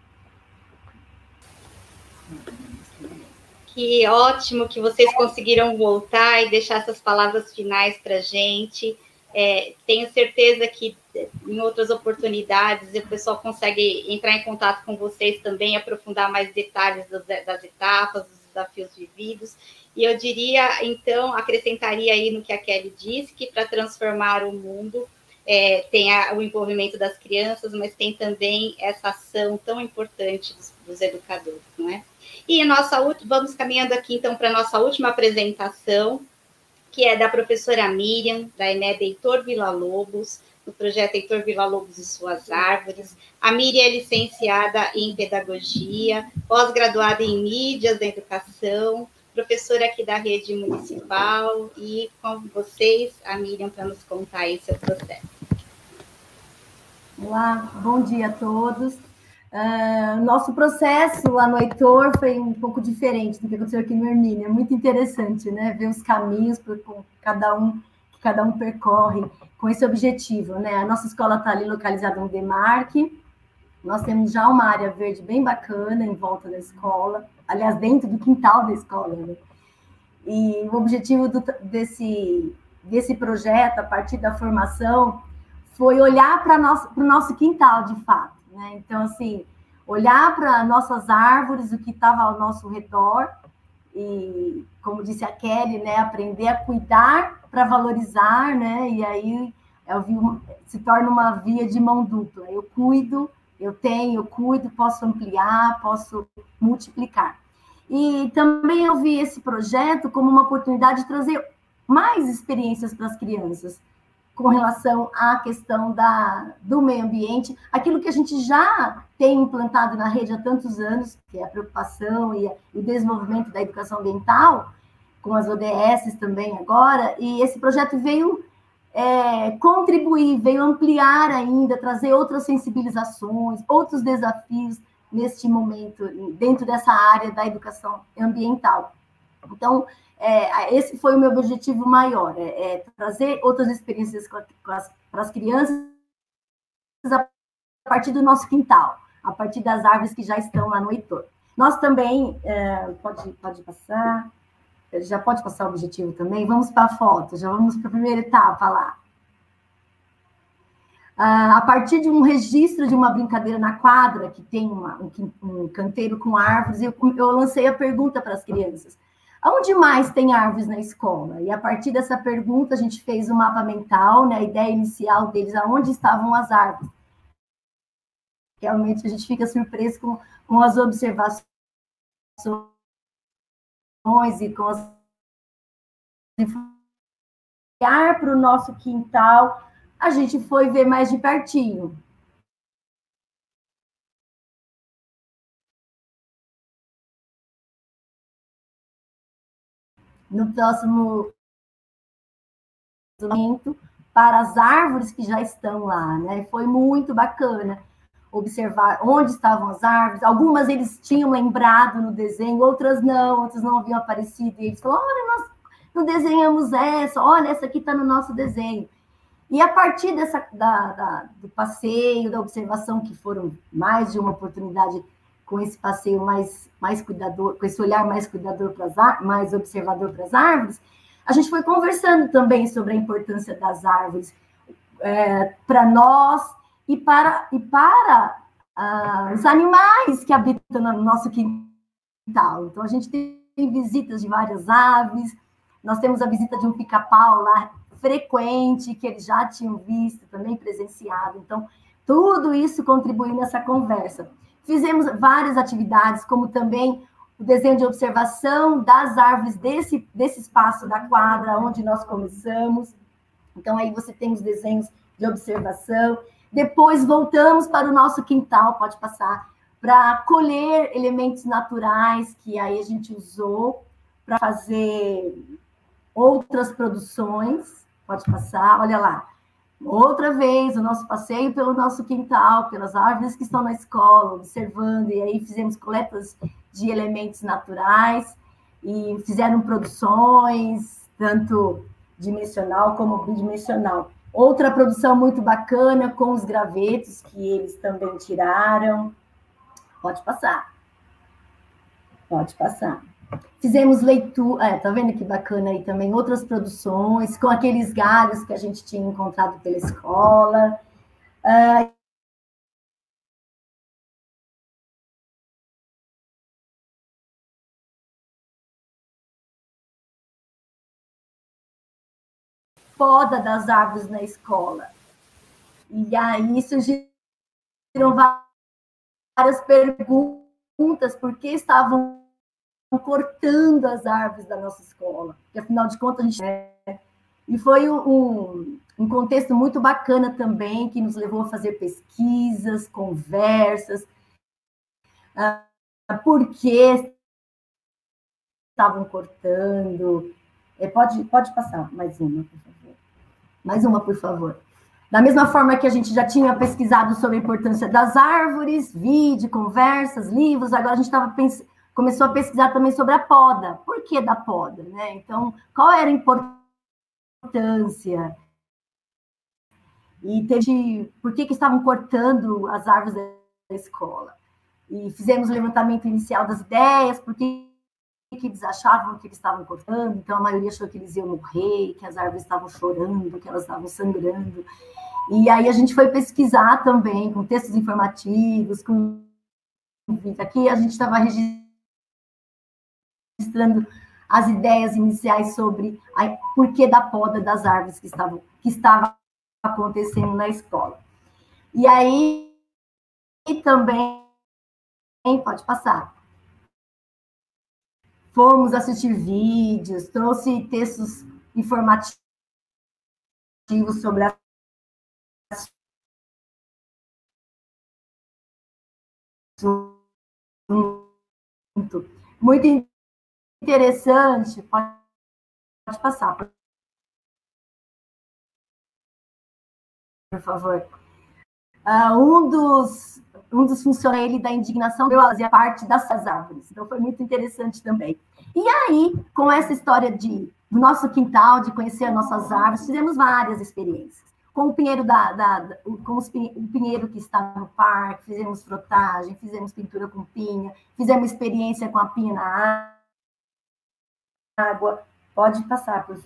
Que ótimo que vocês conseguiram voltar e deixar essas palavras finais para a gente. É, tenho certeza que em outras oportunidades o pessoal consegue entrar em contato com vocês também, aprofundar mais detalhes das, das etapas, dos desafios vividos. E eu diria, então, acrescentaria aí no que a Kelly disse, que para transformar o mundo é, tem a, o envolvimento das crianças, mas tem também essa ação tão importante dos, dos educadores, não é? E a nossa, vamos caminhando aqui, então, para a nossa última apresentação, que é da professora Miriam, da ENEB Heitor Villa-Lobos, no projeto Heitor Villa-Lobos e Suas Árvores. A Miriam é licenciada em Pedagogia, pós-graduada em Mídias da Educação, professora aqui da rede municipal, e com vocês, a Miriam, para nos contar aí seu processo. Olá, bom dia a todos. Uh, nosso processo lá no Heitor foi um pouco diferente do que aconteceu aqui no Hermínia. É muito interessante, né? Ver os caminhos por cada um, que cada um percorre com esse objetivo, né? A nossa escola está ali localizada no Demarque. Nós temos já uma área verde bem bacana em volta da escola, aliás, dentro do quintal da escola, né? E o objetivo do, desse, desse projeto, a partir da formação, foi olhar para o nosso quintal, de fato. Né? Então, assim, olhar para nossas árvores, o que estava ao nosso redor, e, como disse a Kelly, né, aprender a cuidar para valorizar, né? E aí eu vi, se torna uma via de mão dupla. Eu cuido, eu tenho, eu cuido, posso ampliar, posso multiplicar. E também eu vi esse projeto como uma oportunidade de trazer mais experiências para as crianças, com relação à questão da, do meio ambiente, aquilo que a gente já tem implantado na rede há tantos anos, que é a preocupação e, a, e o desenvolvimento da educação ambiental, com as O D S também agora, e esse projeto veio é, contribuir, veio ampliar ainda, trazer outras sensibilizações, outros desafios neste momento, dentro dessa área da educação ambiental. Então, É, esse foi o meu objetivo maior, é, é trazer outras experiências com, a, com as, para as crianças a partir do nosso quintal, a partir das árvores que já estão lá no Heitor. Nós também, é, pode, pode passar, já pode passar o objetivo também, vamos para a foto, já vamos para a primeira etapa lá. Ah, a partir de um registro de uma brincadeira na quadra, que tem uma, um, um canteiro com árvores, eu, eu lancei a pergunta para as crianças: aonde mais tem árvores na escola? E a partir dessa pergunta, a gente fez um mapa mental, né, a ideia inicial deles, aonde estavam as árvores. Realmente, a gente fica surpreso com, com as observações e com as... Olhar para o nosso quintal, a gente foi ver mais de pertinho. No próximo momento, para as árvores que já estão lá, né? Foi muito bacana observar onde estavam as árvores. Algumas eles tinham lembrado no desenho, outras não, outras não haviam aparecido. E eles falaram: olha, nós não desenhamos essa, olha, essa aqui está no nosso desenho. E a partir dessa, da, da, do passeio, da observação, que foram mais de uma oportunidade com esse passeio mais, mais cuidador, com esse olhar mais cuidador para as mais observador para as árvores, a gente foi conversando também sobre a importância das árvores é, para nós e para, e para ah, os animais que habitam no nosso quintal. Então, a gente tem visitas de várias aves, nós temos a visita de um pica-pau lá, frequente, que eles já tinham visto, também presenciado. Então, tudo isso contribuiu nessa conversa. Fizemos várias atividades, como também o desenho de observação das árvores desse, desse espaço da quadra, onde nós começamos. Então, aí você tem os desenhos de observação. Depois, voltamos para o nosso quintal, pode passar, para colher elementos naturais, que aí a gente usou para fazer outras produções. Pode passar, olha lá. Outra vez, o nosso passeio pelo nosso quintal, pelas árvores que estão na escola, observando, e aí fizemos coletas de elementos naturais, e fizeram produções, tanto dimensional como bidimensional. Outra produção muito bacana, com os gravetos, que eles também tiraram. Pode passar. Pode passar. Fizemos leitura, é, tá vendo que bacana aí também, outras produções, com aqueles galhos que a gente tinha encontrado pela escola. Uh, poda das árvores na escola. E aí surgiram várias perguntas, por que estavam cortando as árvores da nossa escola, que afinal de contas a gente é. E foi um, um contexto muito bacana também, que nos levou a fazer pesquisas, conversas, uh, por que estavam cortando. É, pode, pode passar mais uma, por favor. Mais uma, por favor. Da mesma forma que a gente já tinha pesquisado sobre a importância das árvores, vídeo, conversas, livros, agora a gente estava pensando, começou a pesquisar também sobre a poda. Por que da poda, né? Então, qual era a importância? E teve, por que que estavam cortando as árvores da escola? E fizemos o levantamento inicial das ideias, por que que eles achavam que eles estavam cortando, então a maioria achou que eles iam morrer, que as árvores estavam chorando, que elas estavam sangrando. E aí a gente foi pesquisar também, com textos informativos, com... Aqui a gente estava registrando as ideias iniciais sobre a porquê da poda das árvores que estavam que estava acontecendo na escola. E aí também, pode passar, fomos assistir vídeos, trouxe textos informativos sobre a muito interessante. Pode, pode passar, por favor. Uh, um dos um dos funcionários da indignação deu fazia parte dessas árvores, então foi muito interessante também. E aí, com essa história de do nosso quintal, de conhecer as nossas árvores, fizemos várias experiências. Com o pinheiro da, da com os, o pinheiro que está no parque, fizemos frotagem, fizemos pintura com pinha, fizemos experiência com a pinha na água. Pode passar, por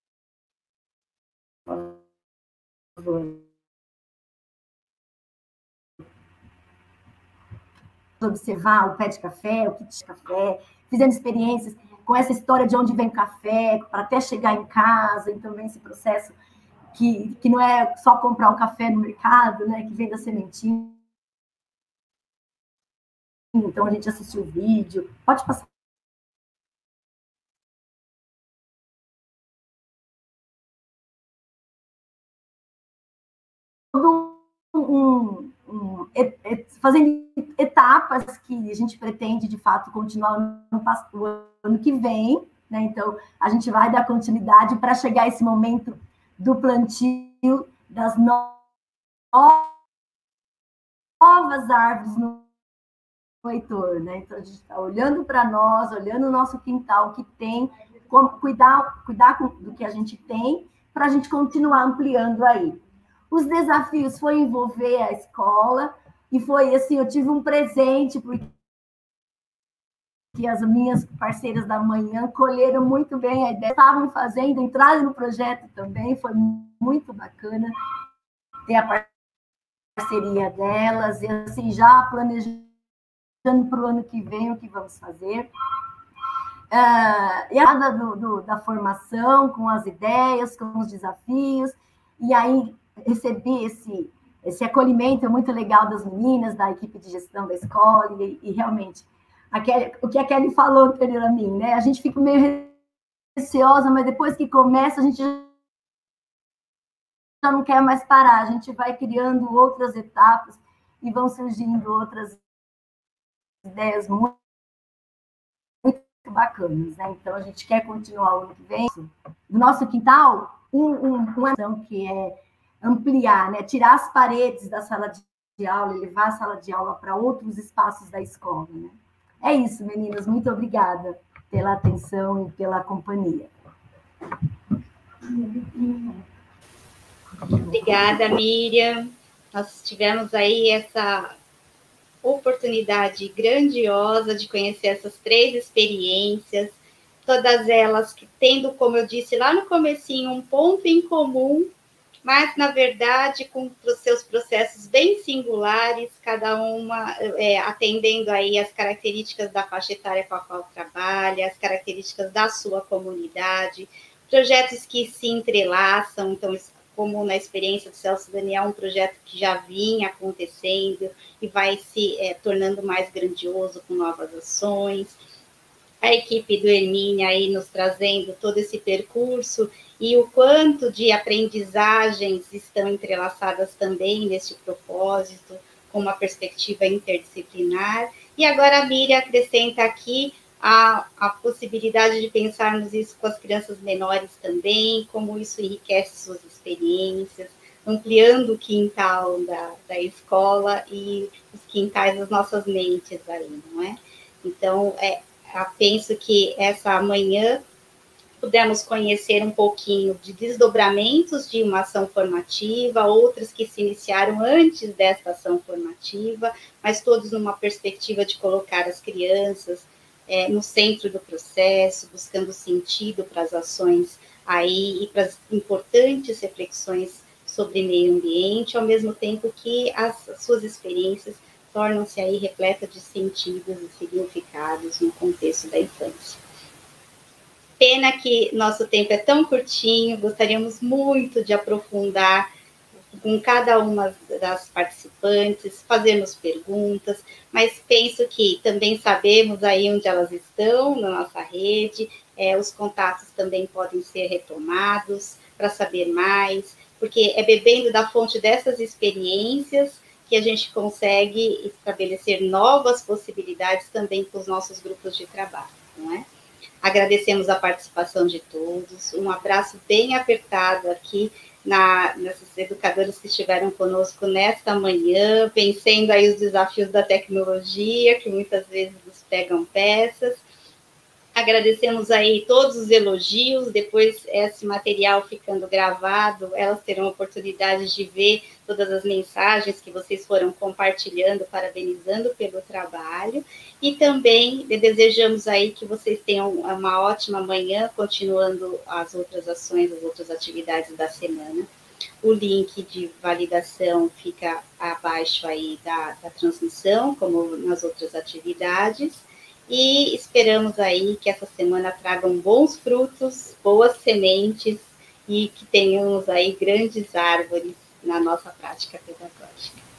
favor. Observar o pé de café, o kit de café, fizemos experiências com essa história de onde vem o café, para até chegar em casa, e também esse processo que, que não é só comprar um café no mercado, né, que vem da sementinha. Então, a gente assistiu o vídeo. Pode passar. Todo um... Um, et, et, fazendo etapas que a gente pretende, de fato, continuar no, no ano que vem, né? Então, a gente vai dar continuidade para chegar a esse momento do plantio das no, novas árvores no, no Heitor, né? Então, a gente está olhando para nós, olhando o nosso quintal que tem, como cuidar, cuidar do que a gente tem, para a gente continuar ampliando aí. Os desafios foi envolver a escola, e foi assim, eu tive um presente, porque as minhas parceiras da manhã colheram muito bem a ideia, estavam fazendo, entraram no projeto também, foi muito bacana ter a parceria delas, e assim, já planejando para o ano que vem o que vamos fazer. Uh, e a do, do, da formação, com as ideias, com os desafios, e aí recebi esse, esse acolhimento muito legal das meninas, da equipe de gestão da escola, e, e realmente, a Kelly, o que a Kelly falou anterior a mim, né? A gente fica meio receosa, mas depois que começa, a gente já não quer mais parar, a gente vai criando outras etapas e vão surgindo outras ideias muito, muito bacanas, né? Então, a gente quer continuar o ano que vem. Do nosso quintal, um, um, uma ação que é ampliar, né? Tirar as paredes da sala de aula e levar a sala de aula para outros espaços da escola, né? É isso, meninas. Muito obrigada pela atenção e pela companhia. Obrigada, Miriam. Nós tivemos aí essa oportunidade grandiosa de conhecer essas três experiências, todas elas que tendo, como eu disse lá no comecinho, um ponto em comum, mas, na verdade, com os seus processos bem singulares, cada uma é, atendendo aí as características da faixa etária com a qual trabalha, as características da sua comunidade, projetos que se entrelaçam, então, como na experiência do Celso Daniel, um projeto que já vinha acontecendo e vai se é, tornando mais grandioso com novas ações. A equipe do Hermínia aí nos trazendo todo esse percurso e o quanto de aprendizagens estão entrelaçadas também neste propósito, com uma perspectiva interdisciplinar. E agora a Miriam acrescenta aqui a, a possibilidade de pensarmos isso com as crianças menores também, como isso enriquece suas experiências, ampliando o quintal da, da escola e os quintais das nossas mentes aí, não é? Então, é, eu penso que essa manhã pudemos conhecer um pouquinho de desdobramentos de uma ação formativa, outras que se iniciaram antes desta ação formativa, mas todos numa perspectiva de colocar as crianças é, no centro do processo, buscando sentido para as ações aí e para as importantes reflexões sobre meio ambiente, ao mesmo tempo que as, as suas experiências tornam-se aí repletas de sentidos e significados no contexto da infância. Pena que nosso tempo é tão curtinho, gostaríamos muito de aprofundar com cada uma das participantes, fazermos perguntas, mas penso que também sabemos aí onde elas estão na nossa rede, é, os contatos também podem ser retomados para saber mais, porque é bebendo da fonte dessas experiências que a gente consegue estabelecer novas possibilidades também com os nossos grupos de trabalho, não é? Agradecemos a participação de todos, um abraço bem apertado aqui na, nessas educadoras que estiveram conosco nesta manhã, vencendo aí os desafios da tecnologia, que muitas vezes nos pegam peças. Agradecemos aí todos os elogios, depois esse material ficando gravado, elas terão a oportunidade de ver todas as mensagens que vocês foram compartilhando, parabenizando pelo trabalho, e também desejamos aí que vocês tenham uma ótima manhã, continuando as outras ações, as outras atividades da semana. O link de validação fica abaixo aí da, da transmissão, como nas outras atividades. E esperamos aí que essa semana tragam bons frutos, boas sementes e que tenhamos aí grandes árvores na nossa prática pedagógica.